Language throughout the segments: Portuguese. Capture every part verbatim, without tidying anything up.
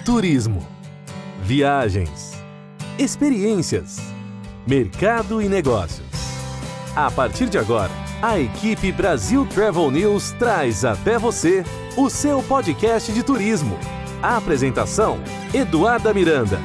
Turismo, viagens, experiências, mercado e negócios. A partir de agora, a equipe Brasil Travel News traz até você o seu podcast de turismo. A apresentação, Eduarda Miranda.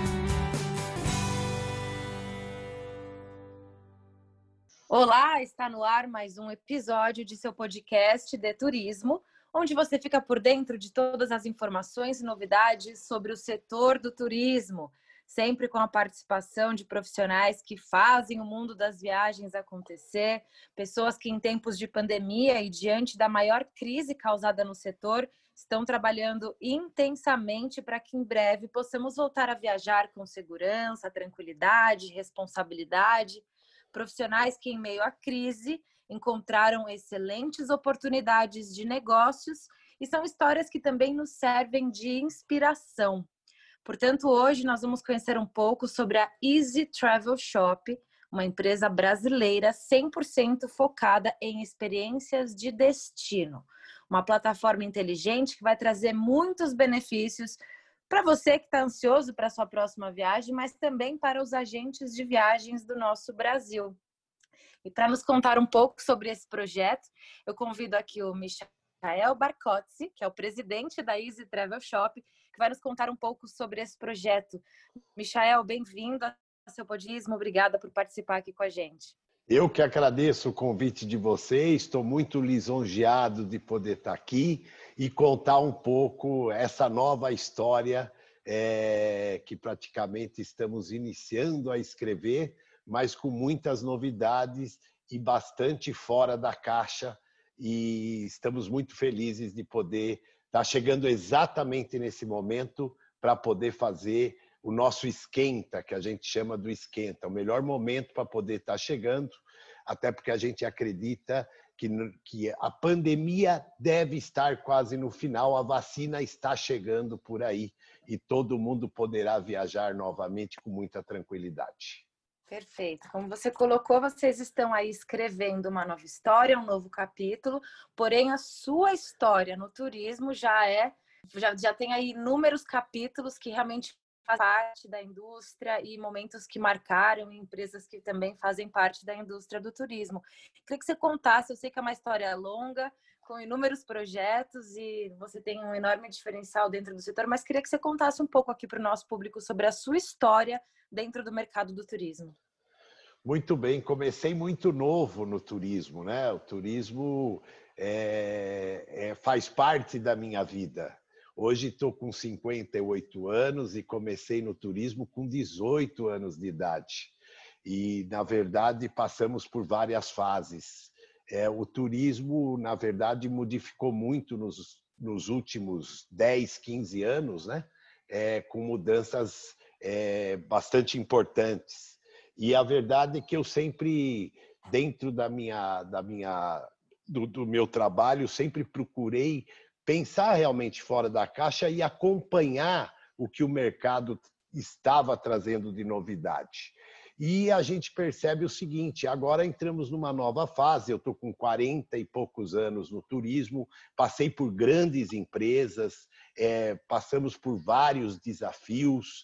Olá, está no ar mais um episódio de seu podcast de turismo, onde você fica por dentro de todas as informações e novidades sobre o setor do turismo, sempre com a participação de profissionais que fazem o mundo das viagens acontecer, pessoas que em tempos de pandemia e diante da maior crise causada no setor, estão trabalhando intensamente para que em breve possamos voltar a viajar com segurança, tranquilidade, responsabilidade. Profissionais que, em meio à crise, encontraram excelentes oportunidades de negócios e são histórias que também nos servem de inspiração. Portanto, hoje nós vamos conhecer um pouco sobre a Easy Travel Shop, uma empresa brasileira cem por cento focada em experiências de destino. Uma plataforma inteligente que vai trazer muitos benefícios para você que está ansioso para a sua próxima viagem, mas também para os agentes de viagens do nosso Brasil. E para nos contar um pouco sobre esse projeto, eu convido aqui o Michael Barcozzi, que é o presidente da Easy Travel Shop, que vai nos contar um pouco sobre esse projeto. Michael, bem-vindo ao seu podismo, obrigada por participar aqui com a gente. Eu que agradeço o convite de vocês, estou muito lisonjeado de poder estar aqui e contar um pouco essa nova história é, que praticamente estamos iniciando a escrever, mas com muitas novidades e bastante fora da caixa, e estamos muito felizes de poder estar chegando exatamente nesse momento para poder fazer o nosso esquenta, que a gente chama do esquenta, o melhor momento para poder estar chegando, até porque a gente acredita que, que a pandemia deve estar quase no final, a vacina está chegando por aí e todo mundo poderá viajar novamente com muita tranquilidade. Perfeito. Como você colocou, vocês estão aí escrevendo uma nova história, um novo capítulo, porém a sua história no turismo já é, já, já tem aí inúmeros capítulos que realmente fazem parte da indústria e momentos que marcaram empresas que também fazem parte da indústria do turismo. Queria que você contasse, eu sei que é uma história longa, com inúmeros projetos e você tem um enorme diferencial dentro do setor, mas queria que você contasse um pouco aqui para o nosso público sobre a sua história dentro do mercado do turismo. Muito bem, comecei muito novo no turismo, né? O turismo é, é, faz parte da minha vida. Hoje estou com cinquenta e oito anos e comecei no turismo com dezoito anos de idade. E, na verdade, passamos por várias fases. É, o turismo, na verdade, modificou muito nos, nos últimos dez, quinze anos, né? É, com mudanças é, bastante importantes. E a verdade é que eu sempre, dentro da minha, da minha, do, do meu trabalho, sempre procurei pensar realmente fora da caixa e acompanhar o que o mercado estava trazendo de novidade. E a gente percebe o seguinte, agora entramos numa nova fase, eu estou com quarenta e poucos anos no turismo, passei por grandes empresas, é, passamos por vários desafios,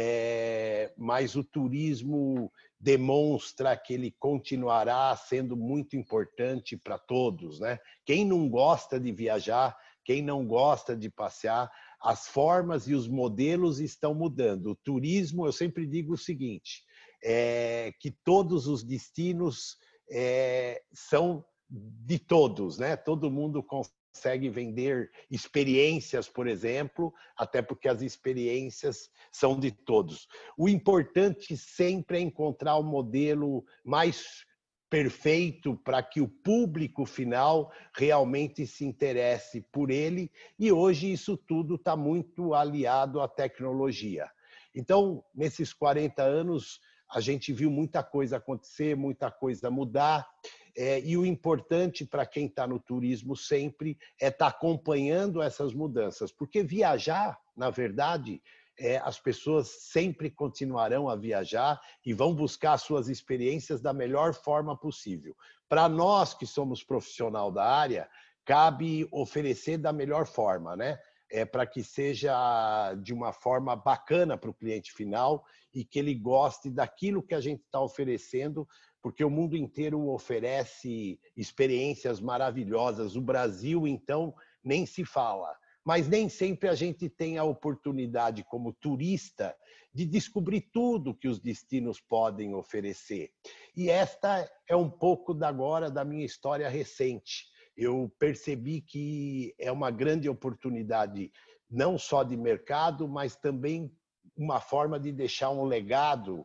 É, mas o turismo demonstra que ele continuará sendo muito importante para todos, né? Quem não gosta de viajar, quem não gosta de passear, as formas e os modelos estão mudando. O turismo, eu sempre digo o seguinte, é, que todos os destinos é, são de todos, né? Todo mundo consegue consegue vender experiências, por exemplo, até porque as experiências são de todos. O importante sempre é encontrar o modelo mais perfeito para que o público final realmente se interesse por ele, e hoje isso tudo está muito aliado à tecnologia. Então, nesses quarenta anos, a gente viu muita coisa acontecer, muita coisa mudar, É, e o importante para quem está no turismo sempre é estar tá acompanhando essas mudanças, porque viajar, na verdade, é, as pessoas sempre continuarão a viajar e vão buscar suas experiências da melhor forma possível. Para nós que somos profissional da área, cabe oferecer da melhor forma, né? é, para que seja de uma forma bacana para o cliente final e que ele goste daquilo que a gente está oferecendo, porque o mundo inteiro oferece experiências maravilhosas. O Brasil, então, nem se fala. Mas nem sempre a gente tem a oportunidade, como turista, de descobrir tudo que os destinos podem oferecer. E esta é um pouco da agora da minha história recente. Eu percebi que é uma grande oportunidade, não só de mercado, mas também uma forma de deixar um legado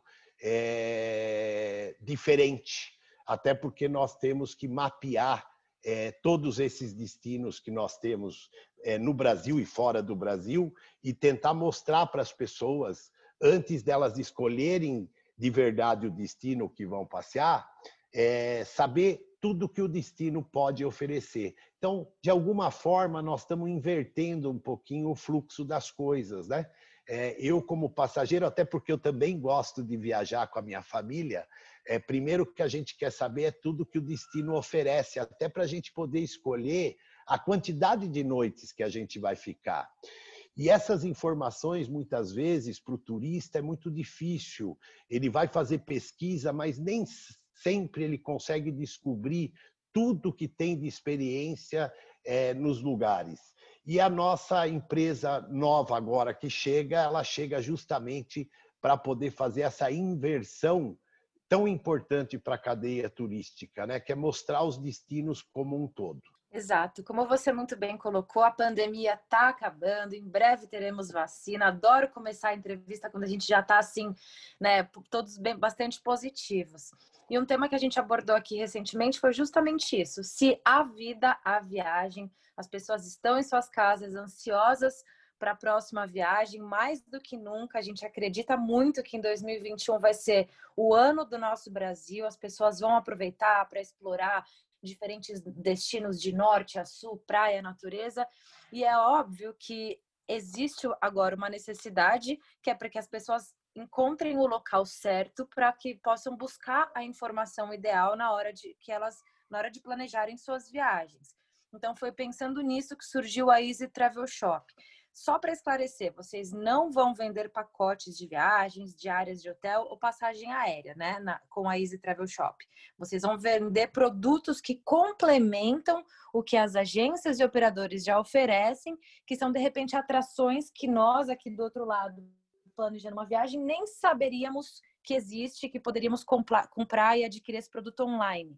é, diferente, até porque nós temos que mapear é, todos esses destinos que nós temos é, no Brasil e fora do Brasil e tentar mostrar para as pessoas, antes delas escolherem de verdade o destino que vão passear, é, saber tudo que o destino pode oferecer. Então, de alguma forma, nós estamos invertendo um pouquinho o fluxo das coisas, né? É, eu, como passageiro, até porque eu também gosto de viajar com a minha família, é, primeiro que a gente quer saber é tudo que o destino oferece, até para a gente poder escolher a quantidade de noites que a gente vai ficar. E essas informações, muitas vezes, para o turista é muito difícil. Ele vai fazer pesquisa, mas nem sempre ele consegue descobrir tudo que tem de experiência é, nos lugares. E a nossa empresa nova agora que chega, ela chega justamente para poder fazer essa inversão tão importante para a cadeia turística, né? Que é mostrar os destinos como um todo. Exato. Como você muito bem colocou, a pandemia está acabando, em breve teremos vacina. Adoro começar a entrevista quando a gente já está assim, né, todos bem, bastante positivos. E um tema que a gente abordou aqui recentemente foi justamente isso. Se há vida, há viagem, as pessoas estão em suas casas ansiosas para a próxima viagem, mais do que nunca. A gente acredita muito que em dois mil e vinte e um vai ser o ano do nosso Brasil, as pessoas vão aproveitar para explorar diferentes destinos de norte a sul, praia, natureza, e é óbvio que existe agora uma necessidade que é para que as pessoas encontrem o local certo para que possam buscar a informação ideal na hora de que elas na hora de planejarem suas viagens. Então foi pensando nisso que surgiu a Easy Travel Shop. Só para esclarecer, vocês não vão vender pacotes de viagens, diárias de hotel ou passagem aérea, né? Na, com a Easy Travel Shop. Vocês vão vender produtos que complementam o que as agências e operadores já oferecem, que são, de repente, atrações que nós, aqui do outro lado, planejando uma viagem, nem saberíamos que existe, que poderíamos comprar, comprar e adquirir esse produto online.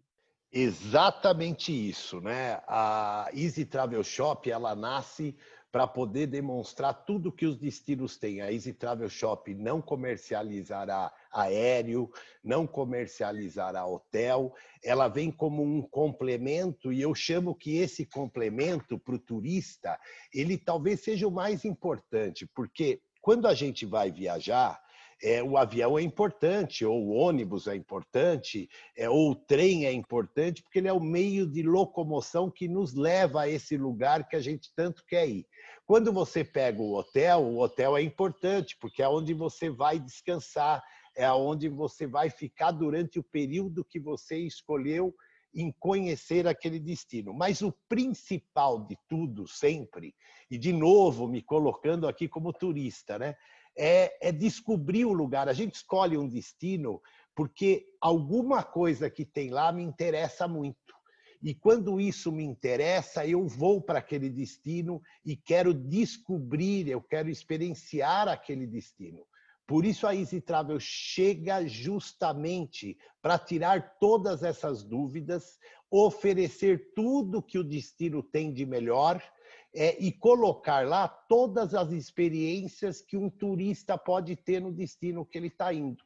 Exatamente isso, né? A Easy Travel Shop, ela nasce para poder demonstrar tudo que os destinos têm. A Easy Travel Shop não comercializará aéreo, não comercializará hotel, ela vem como um complemento, e eu chamo que esse complemento para o turista, ele talvez seja o mais importante, porque quando a gente vai viajar, É, o avião é importante, ou o ônibus é importante, é, ou o trem é importante, porque ele é o meio de locomoção que nos leva a esse lugar que a gente tanto quer ir. Quando você pega o hotel, o hotel é importante, porque é onde você vai descansar, é onde você vai ficar durante o período que você escolheu em conhecer aquele destino. Mas o principal de tudo, sempre, e de novo me colocando aqui como turista, né? É, é descobrir o lugar. A gente escolhe um destino porque alguma coisa que tem lá me interessa muito. E quando isso me interessa, eu vou para aquele destino e quero descobrir, eu quero experienciar aquele destino. Por isso a Easy Travel chega justamente para tirar todas essas dúvidas, oferecer tudo que o destino tem de melhor, É, e colocar lá todas as experiências que um turista pode ter no destino que ele está indo.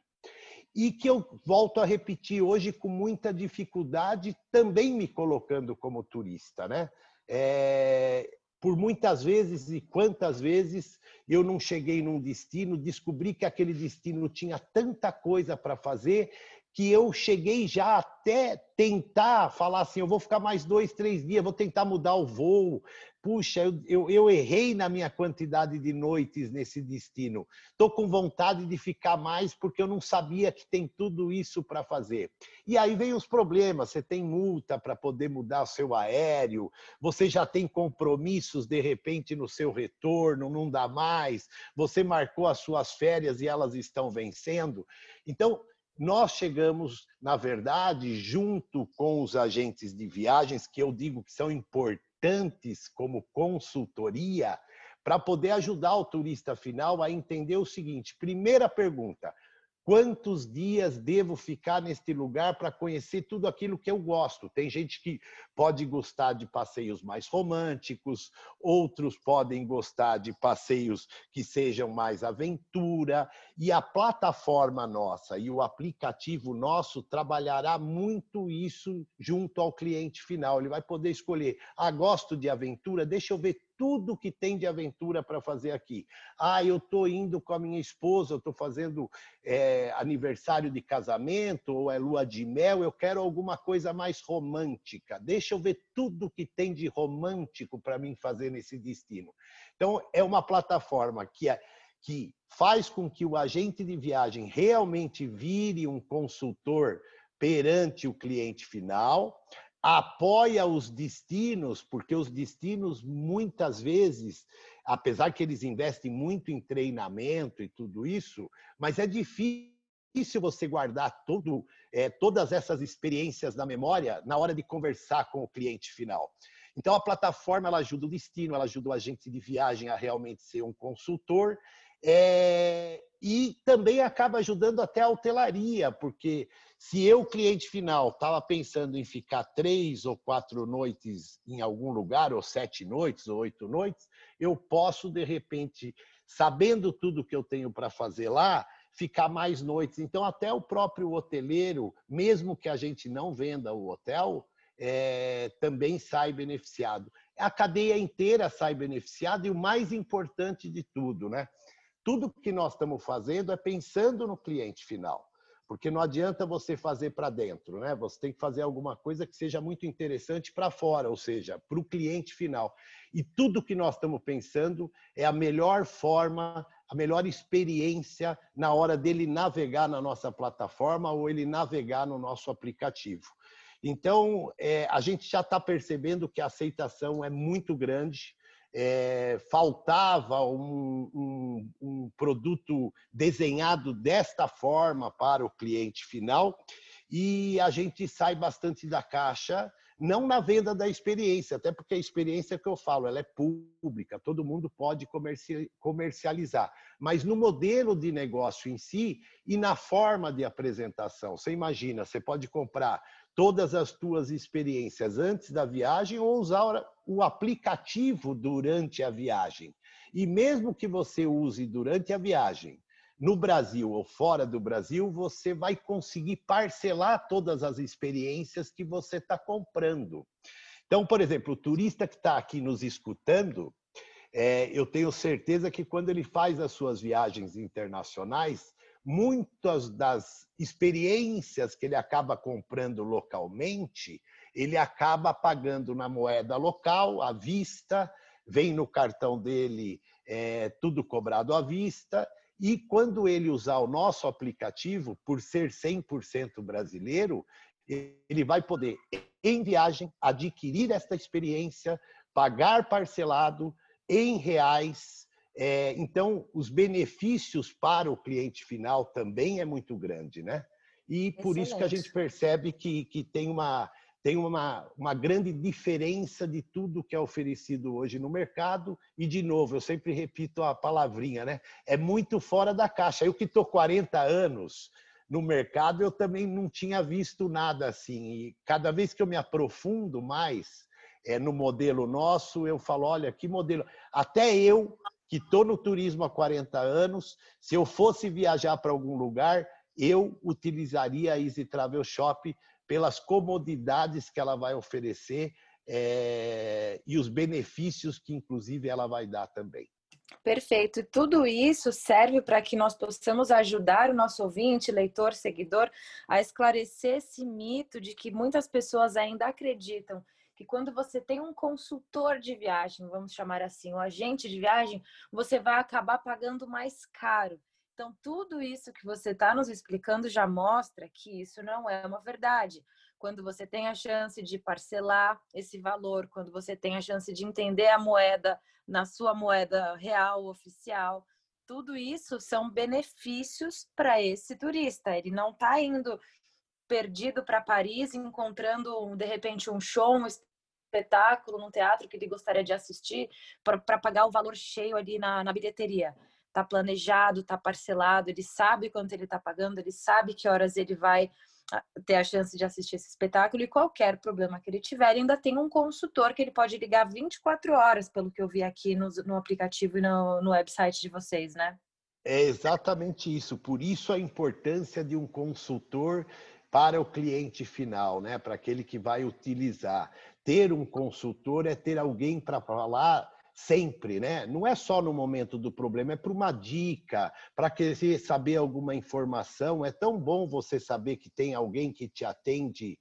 E que eu volto a repetir hoje com muita dificuldade, também me colocando como turista, né? É, por muitas vezes e quantas vezes eu não cheguei num destino, descobri que aquele destino tinha tanta coisa para fazer que eu cheguei já até tentar falar assim, eu vou ficar mais dois, três dias, vou tentar mudar o voo. Puxa, eu, eu, eu errei na minha quantidade de noites nesse destino. Estou com vontade de ficar mais porque eu não sabia que tem tudo isso para fazer. E aí vem os problemas, você tem multa para poder mudar o seu aéreo, você já tem compromissos, de repente, no seu retorno, não dá mais, você marcou as suas férias e elas estão vencendo. Então, nós chegamos, na verdade, junto com os agentes de viagens, que eu digo que são importantes como consultoria, para poder ajudar o turista final a entender o seguinte. Primeira pergunta: quantos dias devo ficar neste lugar para conhecer tudo aquilo que eu gosto? Tem gente que pode gostar de passeios mais românticos, outros podem gostar de passeios que sejam mais aventura, e a plataforma nossa e o aplicativo nosso trabalhará muito isso junto ao cliente final. Ele vai poder escolher: ah, gosto de aventura, deixa eu ver tudo que tem de aventura para fazer aqui. Ah, eu estou indo com a minha esposa, eu estou fazendo é, aniversário de casamento, ou é lua de mel, eu quero alguma coisa mais romântica. Deixa eu ver tudo que tem de romântico para mim fazer nesse destino. Então, é uma plataforma que, é, que faz com que o agente de viagem realmente vire um consultor perante o cliente final, apoia os destinos, porque os destinos, muitas vezes, apesar que eles investem muito em treinamento e tudo isso, mas é difícil você guardar todo, é, todas essas experiências na memória na hora de conversar com o cliente final. Então, a plataforma ela ajuda o destino, ela ajuda o agente de viagem a realmente ser um consultor, é, e também acaba ajudando até a hotelaria, porque se eu, cliente final, estava pensando em ficar três ou quatro noites em algum lugar, ou sete noites, ou oito noites, eu posso, de repente, sabendo tudo que eu tenho para fazer lá, ficar mais noites. Então, até o próprio hoteleiro, mesmo que a gente não venda o hotel, é, também sai beneficiado. A cadeia inteira sai beneficiada, e o mais importante de tudo, né? Tudo que nós estamos fazendo é pensando no cliente final, porque não adianta você fazer para dentro, né? Você tem que fazer alguma coisa que seja muito interessante para fora, ou seja, para o cliente final. E tudo que nós estamos pensando é a melhor forma, a melhor experiência na hora dele navegar na nossa plataforma ou ele navegar no nosso aplicativo. Então, é, a gente já está percebendo que a aceitação é muito grande. É, faltava um, um, um produto desenhado desta forma para o cliente final, e a gente sai bastante da caixa, não na venda da experiência, até porque a experiência que eu falo, ela é pública, todo mundo pode comercializar, mas no modelo de negócio em si e na forma de apresentação. Você imagina, você pode comprar todas as tuas experiências antes da viagem ou usar o aplicativo durante a viagem. E mesmo que você use durante a viagem, no Brasil ou fora do Brasil, você vai conseguir parcelar todas as experiências que você está comprando. Então, por exemplo, o turista que está aqui nos escutando, é, eu tenho certeza que quando ele faz as suas viagens internacionais, muitas das experiências que ele acaba comprando localmente, ele acaba pagando na moeda local, à vista, vem no cartão dele é, tudo cobrado à vista, e quando ele usar o nosso aplicativo, por ser cem por cento brasileiro, ele vai poder, em viagem, adquirir esta experiência, pagar parcelado em reais. É, então, os benefícios para o cliente final também é muito grande, né? E por Excelente. Isso que a gente percebe que, que tem, uma, tem uma, uma grande diferença de tudo que é oferecido hoje no mercado. E, de novo, eu sempre repito a palavrinha, né? É muito fora da caixa. Eu que estou quarenta anos no mercado, eu também não tinha visto nada assim. E cada vez que eu me aprofundo mais é, no modelo nosso, eu falo, olha, que modelo... Até eu... que estou no turismo há quarenta anos, se eu fosse viajar para algum lugar, eu utilizaria a Easy Travel Shop pelas comodidades que ela vai oferecer é, e os benefícios que, inclusive, ela vai dar também. Perfeito. E tudo isso serve para que nós possamos ajudar o nosso ouvinte, leitor, seguidor, a esclarecer esse mito de que muitas pessoas ainda acreditam que quando você tem um consultor de viagem, vamos chamar assim, um agente de viagem, você vai acabar pagando mais caro. Então, tudo isso que você está nos explicando já mostra que isso não é uma verdade. Quando você tem a chance de parcelar esse valor, quando você tem a chance de entender a moeda na sua moeda real, oficial, tudo isso são benefícios para esse turista. Ele não está indo perdido para Paris, encontrando, de repente, um show, um espetáculo num teatro que ele gostaria de assistir para pagar o valor cheio ali na, na bilheteria. Está planejado, está parcelado, ele sabe quanto ele está pagando, ele sabe que horas ele vai ter a chance de assistir esse espetáculo, e qualquer problema que ele tiver, ainda tem um consultor que ele pode ligar vinte e quatro horas, pelo que eu vi aqui no, no aplicativo e no, no website de vocês, né? É exatamente isso. Por isso a importância de um consultor para o cliente final, né? Para aquele que vai utilizar. Ter um consultor é ter alguém para falar sempre, né? Não é só no momento do problema, é para uma dica, para querer saber alguma informação. É tão bom você saber que tem alguém que te atende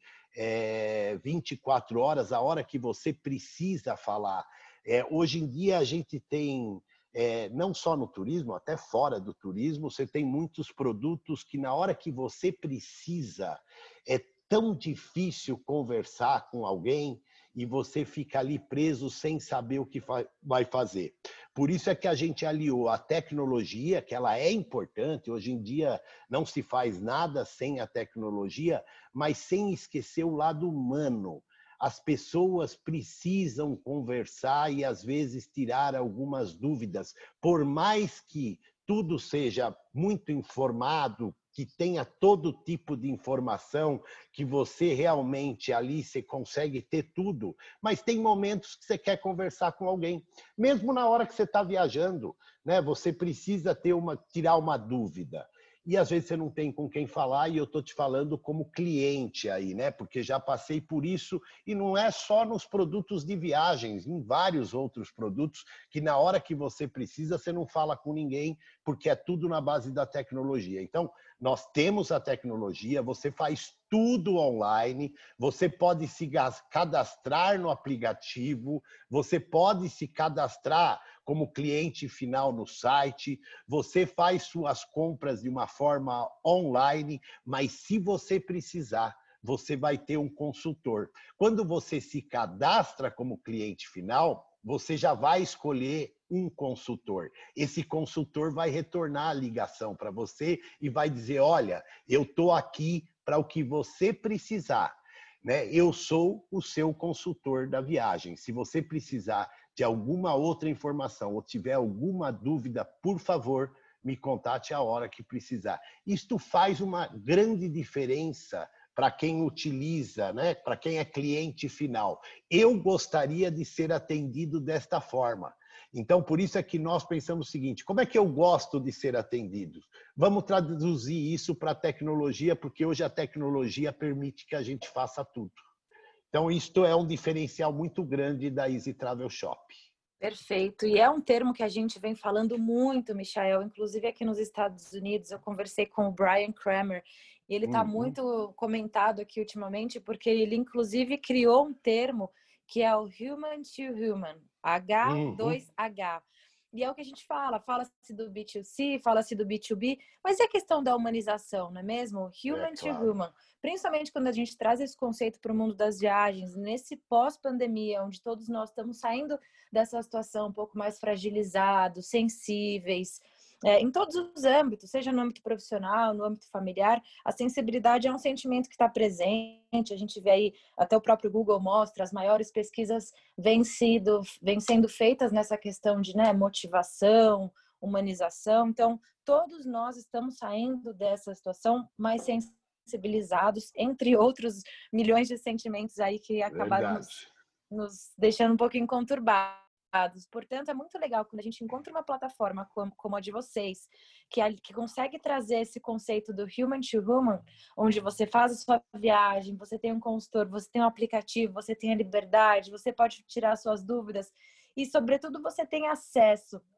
é, vinte e quatro horas, a hora que você precisa falar. É, hoje em dia a gente tem, é, não só no turismo, até fora do turismo, você tem muitos produtos que na hora que você precisa, é tão difícil conversar com alguém e você fica ali preso sem saber o que vai fazer. Por isso é que a gente aliou a tecnologia, que ela é importante, hoje em dia não se faz nada sem a tecnologia, mas sem esquecer o lado humano. As pessoas precisam conversar e, às vezes, tirar algumas dúvidas. Por mais que tudo seja muito informado, que tenha todo tipo de informação, que você realmente ali você consegue ter tudo, mas tem momentos que você quer conversar com alguém. Mesmo na hora que você está viajando, né? Você precisa ter uma, tirar uma dúvida. E às vezes você não tem com quem falar, e eu estou te falando como cliente aí, né? Porque já passei por isso, e não é só nos produtos de viagens, em vários outros produtos, que na hora que você precisa, você não fala com ninguém, porque é tudo na base da tecnologia. Então, nós temos a tecnologia, você faz tudo online, você pode se cadastrar no aplicativo, você pode se cadastrar como cliente final no site, você faz suas compras de uma forma online, mas se você precisar, você vai ter um consultor. Quando você se cadastra como cliente final, você já vai escolher um consultor. Esse consultor vai retornar a ligação para você e vai dizer, olha, eu estou aqui para o que você precisar. Né? Eu sou o seu consultor da viagem. Se você precisar de alguma outra informação ou tiver alguma dúvida, por favor, me contate a hora que precisar. Isto faz uma grande diferença para quem utiliza, né? Para quem é cliente final. Eu gostaria de ser atendido desta forma. Então, por isso é que nós pensamos o seguinte, como é que eu gosto de ser atendido? Vamos traduzir isso para a tecnologia, porque hoje a tecnologia permite que a gente faça tudo. Então, isto é um diferencial muito grande da Easy Travel Shop. Perfeito. E é um termo que a gente vem falando muito, Michael. Inclusive aqui nos Estados Unidos, eu conversei com o Brian Kramer. E ele está uhum. muito comentado aqui ultimamente, porque ele inclusive criou um termo que é o Human to Human, H dois H. Uhum. E é o que a gente fala, fala-se do B dois C, fala-se do B dois B, mas é a questão da humanização, não é mesmo? Human é, claro. to human. Principalmente quando a gente traz esse conceito para o mundo das viagens, nesse pós-pandemia, onde todos nós estamos saindo dessa situação um pouco mais fragilizados, sensíveis, é, em todos os âmbitos, seja no âmbito profissional, no âmbito familiar, a sensibilidade é um sentimento que está presente. A gente vê aí, até o próprio Google mostra, as maiores pesquisas vêm, sido, vêm sendo feitas nessa questão de né, motivação, humanização. Então, todos nós estamos saindo dessa situação mais sensibilizados, entre outros milhões de sentimentos aí que acabaram nos, nos deixando um pouquinho conturbados. Portanto, é muito legal quando a gente encontra uma plataforma como, como a de vocês, que, a, que consegue trazer esse conceito do human to human, onde você faz a sua viagem, você tem um consultor, você tem um aplicativo, você tem a liberdade, você pode tirar suas dúvidas e, sobretudo, você tem acesso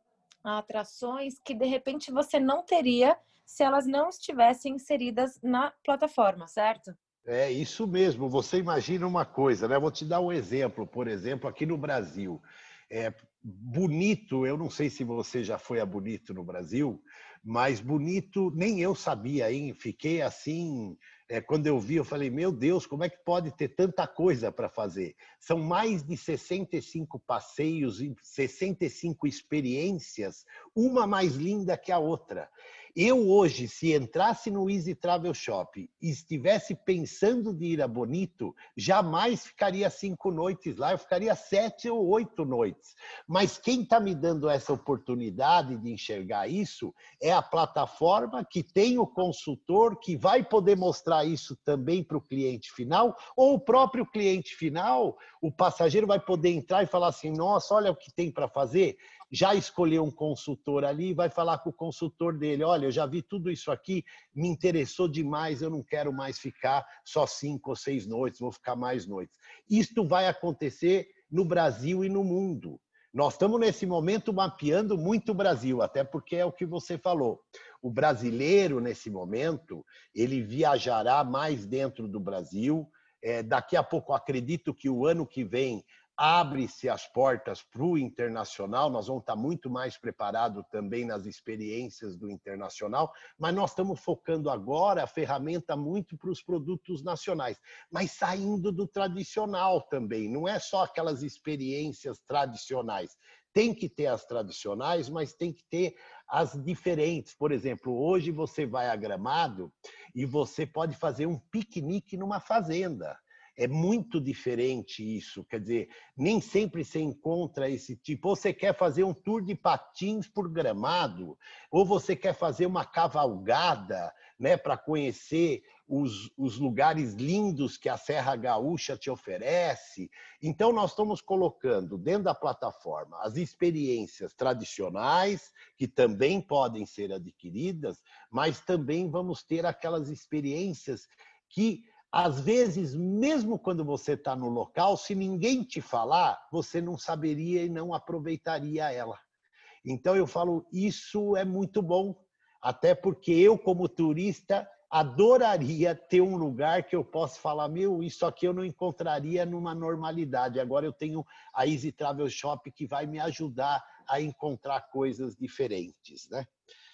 atrações que de repente você não teria se elas não estivessem inseridas na plataforma, certo? É isso mesmo. Você imagina uma coisa, né? Vou te dar um exemplo. Por exemplo, aqui no Brasil, é Bonito. Eu não sei se você já foi a Bonito no Brasil, mas Bonito nem eu sabia, hein? Fiquei assim. É, quando eu vi, eu falei: meu Deus, como é que pode ter tanta coisa para fazer? São mais de sessenta e cinco passeios e sessenta e cinco experiências, uma mais linda que a outra. Eu hoje, se entrasse no Easy Travel Shop e estivesse pensando de ir a Bonito, jamais ficaria cinco noites lá, eu ficaria sete ou oito noites. Mas quem está me dando essa oportunidade de enxergar isso é a plataforma que tem o consultor que vai poder mostrar isso também para o cliente final, ou o próprio cliente final, o passageiro vai poder entrar e falar assim: nossa, olha o que tem para fazer. Já escolheu um consultor ali, vai falar com o consultor dele: olha, eu já vi tudo isso aqui, me interessou demais, eu não quero mais ficar só cinco ou seis noites, vou ficar mais noites. Isto vai acontecer no Brasil e no mundo. Nós estamos, nesse momento, mapeando muito o Brasil, até porque é o que você falou. O brasileiro, nesse momento, ele viajará mais dentro do Brasil. É, daqui a pouco, acredito que o ano que vem abre-se as portas para o internacional, nós vamos estar muito mais preparados também nas experiências do internacional, mas nós estamos focando agora a ferramenta muito para os produtos nacionais, mas saindo do tradicional também, não é só aquelas experiências tradicionais. Tem que ter as tradicionais, mas tem que ter as diferentes. Por exemplo, hoje você vai a Gramado e você pode fazer um piquenique numa fazenda. É muito diferente isso, quer dizer, nem sempre você encontra esse tipo. Ou você quer fazer um tour de patins por Gramado, ou você quer fazer uma cavalgada, né, para conhecer os, os lugares lindos que a Serra Gaúcha te oferece. Então, nós estamos colocando dentro da plataforma as experiências tradicionais, que também podem ser adquiridas, mas também vamos ter aquelas experiências que, às vezes, mesmo quando você está no local, se ninguém te falar, você não saberia e não aproveitaria ela. Então, eu falo, isso é muito bom, até porque eu, como turista, adoraria ter um lugar que eu possa falar: meu, isso aqui eu não encontraria numa normalidade. Agora eu tenho a Easy Travel Shop que vai me ajudar a encontrar coisas diferentes, né?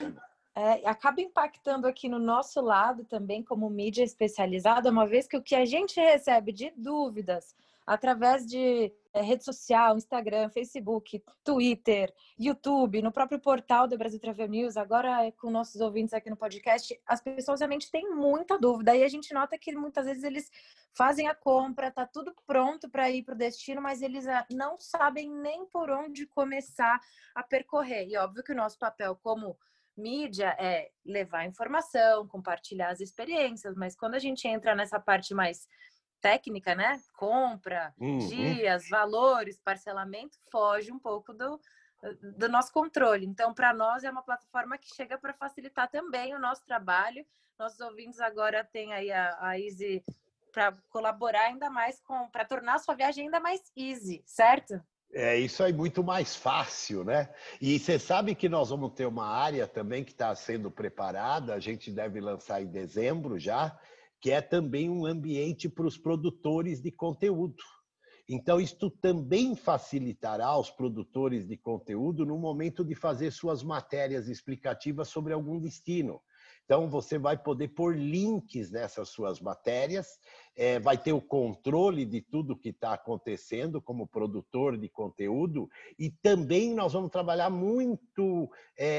É, acaba impactando aqui no nosso lado também, como mídia especializada, uma vez que o que a gente recebe de dúvidas através de é, rede social, Instagram, Facebook, Twitter, YouTube, no próprio portal do Brasil Travel News, agora é com nossos ouvintes aqui no podcast, as pessoas realmente têm muita dúvida. E a gente nota que muitas vezes eles fazem a compra, tá tudo pronto para ir para o destino, mas eles não sabem nem por onde começar a percorrer. E óbvio que o nosso papel como mídia é levar informação, compartilhar as experiências, mas quando a gente entra nessa parte mais técnica, né? Compra, Uhum. dias, valores, parcelamento, foge um pouco do, do nosso controle. Então, para nós, é uma plataforma que chega para facilitar também o nosso trabalho. Nossos ouvintes agora têm aí a, a Easy para colaborar ainda mais com, para tornar a sua viagem ainda mais easy, certo? É, isso aí, muito mais fácil, né? E você sabe que nós vamos ter uma área também que está sendo preparada, a gente deve lançar em dezembro já, que é também um ambiente para os produtores de conteúdo. Então, isto também facilitará aos produtores de conteúdo no momento de fazer suas matérias explicativas sobre algum destino. Então, você vai poder pôr links nessas suas matérias, é, vai ter o controle de tudo que está acontecendo como produtor de conteúdo, e também nós vamos trabalhar muito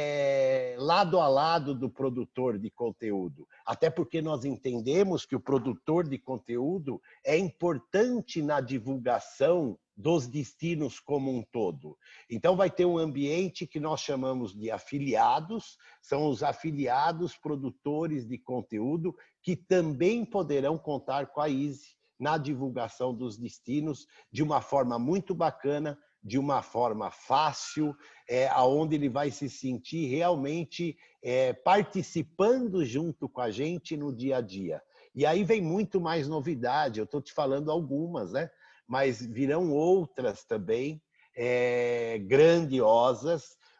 é, lado a lado do produtor de conteúdo, até porque nós entendemos que o produtor de conteúdo é importante na divulgação dos destinos como um todo. Então, vai ter um ambiente que nós chamamos de afiliados, são os afiliados produtores de conteúdo que também poderão contar com a Easy na divulgação dos destinos de uma forma muito bacana, de uma forma fácil, é, onde ele vai se sentir realmente é, participando junto com a gente no dia a dia. E aí vem muito mais novidade, eu estou te falando algumas, né? Mas virão outras também, é, grandiosas.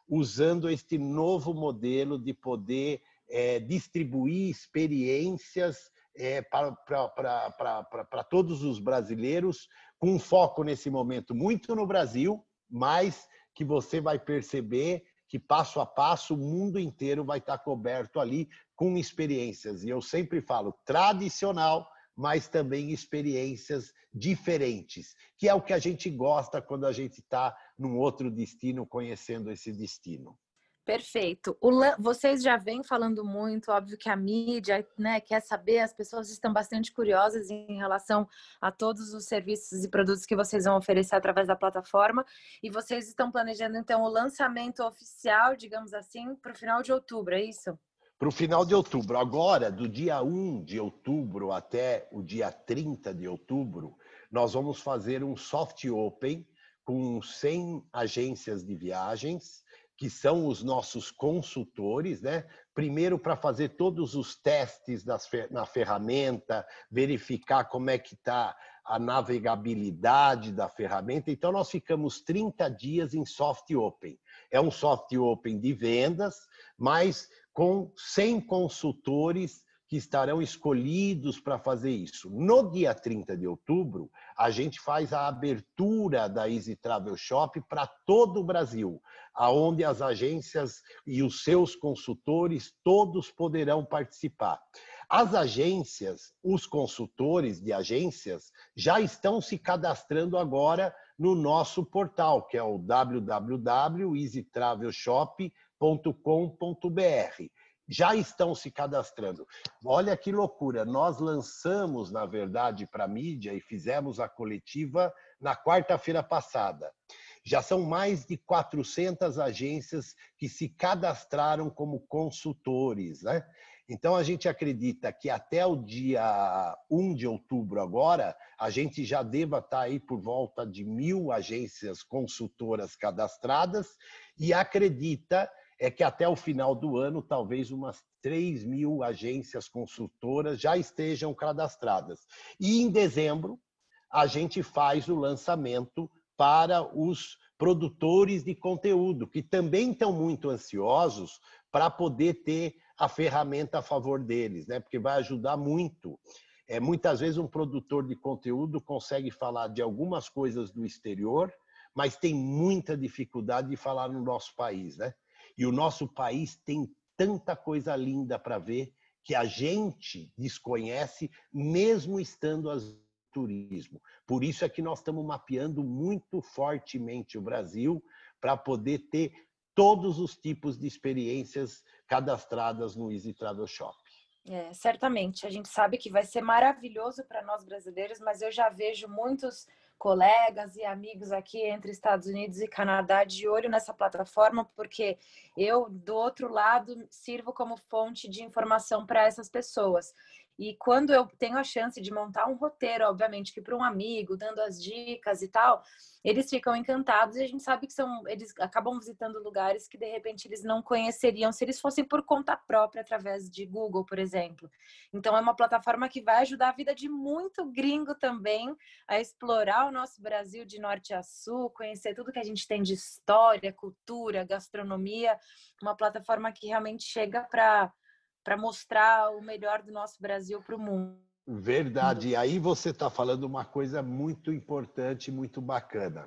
usando este novo modelo de poder é, distribuir experiências é, para, para, para, para, para todos os brasileiros, com foco nesse momento muito no Brasil, mas que você vai perceber que passo a passo o mundo inteiro vai estar coberto ali com experiências. E eu sempre falo tradicional, mas também experiências diferentes, que é o que a gente gosta quando a gente está num outro destino, conhecendo esse destino. Perfeito. O, vocês já vêm falando muito, óbvio que a mídia, né, quer saber, as pessoas estão bastante curiosas em relação a todos os serviços e produtos que vocês vão oferecer através da plataforma, e vocês estão planejando, então, o lançamento oficial, digamos assim, para o final de outubro, é isso? Para o final de outubro. Agora, do dia um de outubro até o dia trinta de outubro, nós vamos fazer um soft open com cem agências de viagens, que são os nossos consultores, né? Primeiro, para fazer todos os testes das, na ferramenta, verificar como é que está a navegabilidade da ferramenta. Então, nós ficamos trinta dias em soft open. É um soft open de vendas, mas com cem consultores que estarão escolhidos para fazer isso. No dia trinta de outubro, a gente faz a abertura da Easy Travel Shop para todo o Brasil, aonde as agências e os seus consultores todos poderão participar. As agências, os consultores de agências, já estão se cadastrando agora no nosso portal, que é o w w w ponto easy travel shop ponto com ponto b r. Já estão se cadastrando. Olha que loucura, nós lançamos, na verdade, para a mídia e fizemos a coletiva na quarta-feira passada. Já são mais de quatrocentas agências que se cadastraram como consultores, né? Então, a gente acredita que até o dia um de outubro agora, a gente já deva estar aí por volta de mil agências consultoras cadastradas e acredita é que até o final do ano, talvez umas três mil agências consultoras já estejam cadastradas. E em dezembro, a gente faz o lançamento para os produtores de conteúdo, que também estão muito ansiosos para poder ter a ferramenta a favor deles, né? Porque vai ajudar muito. É, muitas vezes um produtor de conteúdo consegue falar de algumas coisas do exterior, mas tem muita dificuldade de falar no nosso país, né? E o nosso país tem tanta coisa linda para ver que a gente desconhece, mesmo estando as turismo. Por isso é que nós estamos mapeando muito fortemente o Brasil para poder ter todos os tipos de experiências cadastradas no Easy Travel Shop. É, certamente. A gente sabe que vai ser maravilhoso para nós brasileiros, mas eu já vejo muitos colegas e amigos aqui entre Estados Unidos e Canadá de olho nessa plataforma, porque eu, do outro lado, sirvo como fonte de informação para essas pessoas. E quando eu tenho a chance de montar um roteiro, obviamente, que para um amigo, dando as dicas e tal, eles ficam encantados e a gente sabe que são, eles acabam visitando lugares que, de repente, eles não conheceriam se eles fossem por conta própria, através de Google, por exemplo. Então, é uma plataforma que vai ajudar a vida de muito gringo também a explorar o nosso Brasil de norte a sul, conhecer tudo que a gente tem de história, cultura, gastronomia. Uma plataforma que realmente chega para para mostrar o melhor do nosso Brasil para o mundo. Verdade. E aí você está falando uma coisa muito importante, muito bacana.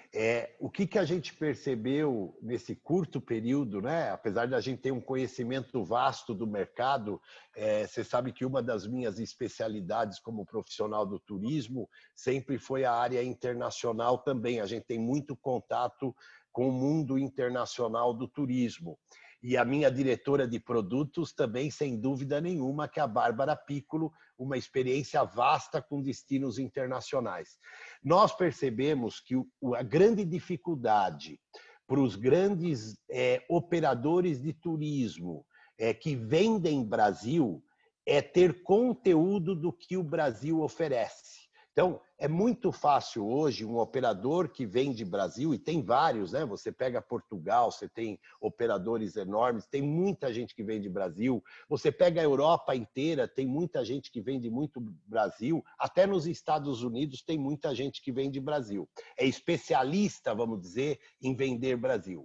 É, o que, que a gente percebeu nesse curto período, né? Apesar de a gente ter um conhecimento vasto do mercado, é, você sabe que uma das minhas especialidades como profissional do turismo sempre foi a área internacional também. A gente tem muito contato com o mundo internacional do turismo. E a minha diretora de produtos também, sem dúvida nenhuma, que é a Bárbara Piccolo, uma experiência vasta com destinos internacionais. Nós percebemos que a grande dificuldade para os grandes é, operadores de turismo é, que vendem Brasil é ter conteúdo do que o Brasil oferece. Então, é muito fácil hoje um operador que vende Brasil, e tem vários, né? Você pega Portugal, você tem operadores enormes, tem muita gente que vende Brasil. Você pega a Europa inteira, tem muita gente que vende muito Brasil. Até nos Estados Unidos tem muita gente que vende Brasil. É especialista, vamos dizer, em vender Brasil.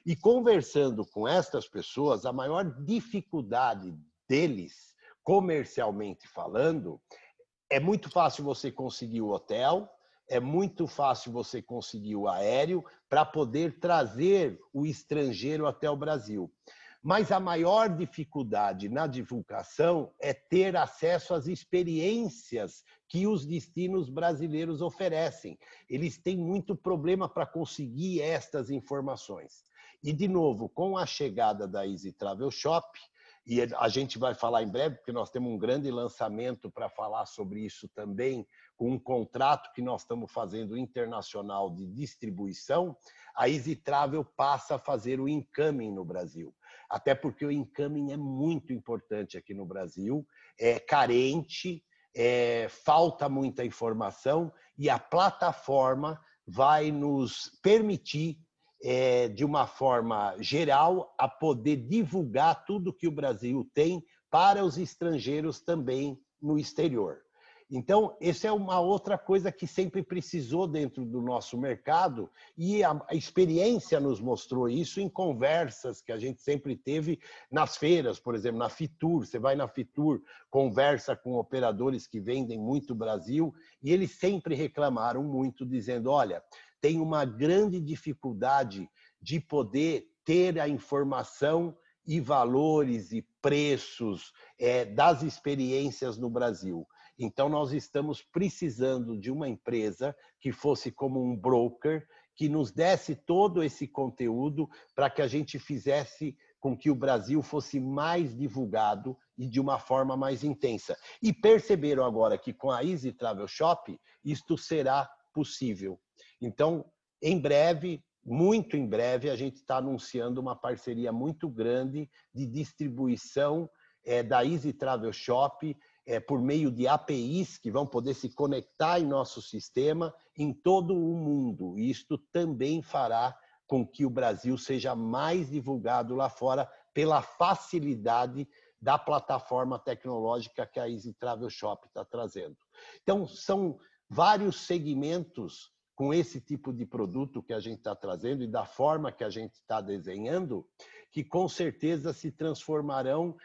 E conversando com estas pessoas, a maior dificuldade deles, comercialmente falando, é muito fácil você conseguir o hotel, é muito fácil você conseguir o aéreo para poder trazer o estrangeiro até o Brasil. Mas a maior dificuldade na divulgação é ter acesso às experiências que os destinos brasileiros oferecem. Eles têm muito problema para conseguir estas informações. E, de novo, com a chegada da Easy Travel Shop, e a gente vai falar em breve, porque nós temos um grande lançamento para falar sobre isso também, com um contrato que nós estamos fazendo internacional de distribuição, a Easy Travel passa a fazer o incoming no Brasil. Até porque o incoming é muito importante aqui no Brasil, é carente, é, falta muita informação e a plataforma vai nos permitir, é, de uma forma geral, a poder divulgar tudo que o Brasil tem para os estrangeiros também no exterior. Então, essa é uma outra coisa que sempre precisou dentro do nosso mercado e a experiência nos mostrou isso em conversas que a gente sempre teve nas feiras, por exemplo, na Fitur. Você vai na Fitur, conversa com operadores que vendem muito Brasil e eles sempre reclamaram muito, dizendo, olha, tem uma grande dificuldade de poder ter a informação e valores e preços é, das experiências no Brasil. Então, nós estamos precisando de uma empresa que fosse como um broker, que nos desse todo esse conteúdo para que a gente fizesse com que o Brasil fosse mais divulgado e de uma forma mais intensa. E perceberam agora que com a Easy Travel Shop, isto será possível. Então, em breve, muito em breve, a gente está anunciando uma parceria muito grande de distribuição é, da Easy Travel Shop, É, por meio de A P Is que vão poder se conectar em nosso sistema em todo o mundo. E isto também fará com que o Brasil seja mais divulgado lá fora pela facilidade da plataforma tecnológica que a Easy Travel Shop está trazendo. Então, são vários segmentos com esse tipo de produto que a gente está trazendo e da forma que a gente está desenhando, que com certeza se transformarão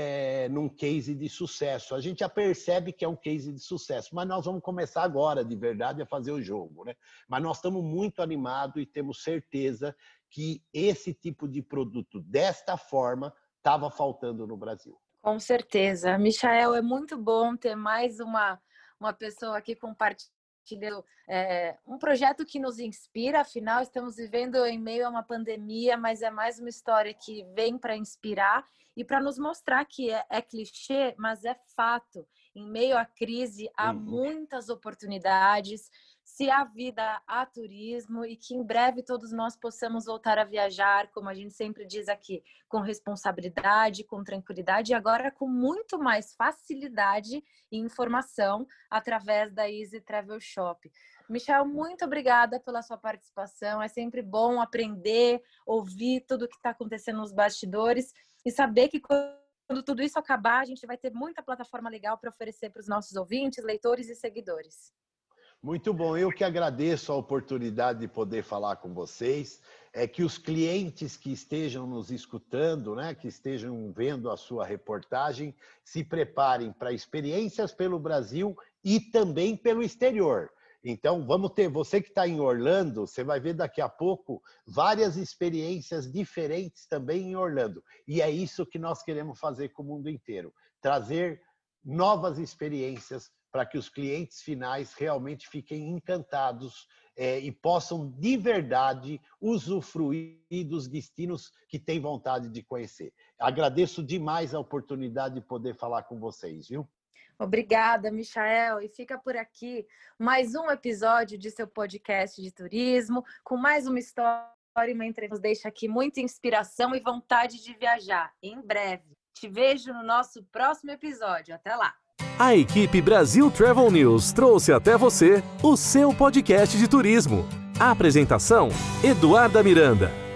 é, num case de sucesso. A gente já percebe que é um case de sucesso, mas nós vamos começar agora, de verdade, a fazer o jogo, né? Mas nós estamos muito animados e temos certeza que esse tipo de produto, desta forma, estava faltando no Brasil. Com certeza. Michael, é muito bom ter mais uma, uma pessoa aqui compartilhando É, um projeto que nos inspira, afinal estamos vivendo em meio a uma pandemia, mas é mais uma história que vem para inspirar e para nos mostrar que é, é clichê, mas é fato. Em meio à crise há uhum. muitas oportunidades, se há vida, há turismo e que em breve todos nós possamos voltar a viajar, como a gente sempre diz aqui, com responsabilidade, com tranquilidade e agora com muito mais facilidade e informação através da Easy Travel Shop. Michel, muito obrigada pela sua participação. É sempre bom aprender, ouvir tudo o que está acontecendo nos bastidores e saber que quando tudo isso acabar, a gente vai ter muita plataforma legal para oferecer para os nossos ouvintes, leitores e seguidores. Muito bom, eu que agradeço a oportunidade de poder falar com vocês, é que os clientes que estejam nos escutando, né, que estejam vendo a sua reportagem, se preparem para experiências pelo Brasil e também pelo exterior. Então, vamos ter, você que está em Orlando, você vai ver daqui a pouco várias experiências diferentes também em Orlando. E é isso que nós queremos fazer com o mundo inteiro, trazer novas experiências para que os clientes finais realmente fiquem encantados é, e possam, de verdade, usufruir dos destinos que têm vontade de conhecer. Agradeço demais a oportunidade de poder falar com vocês, viu? Obrigada, Michael. E fica por aqui mais um episódio de seu podcast de turismo, com mais uma história e uma entrevista. Nos deixa aqui muita inspiração e vontade de viajar. Em breve. Te vejo no nosso próximo episódio. Até lá! A equipe Brasil Travel News trouxe até você o seu podcast de turismo. A apresentação, Eduarda Miranda.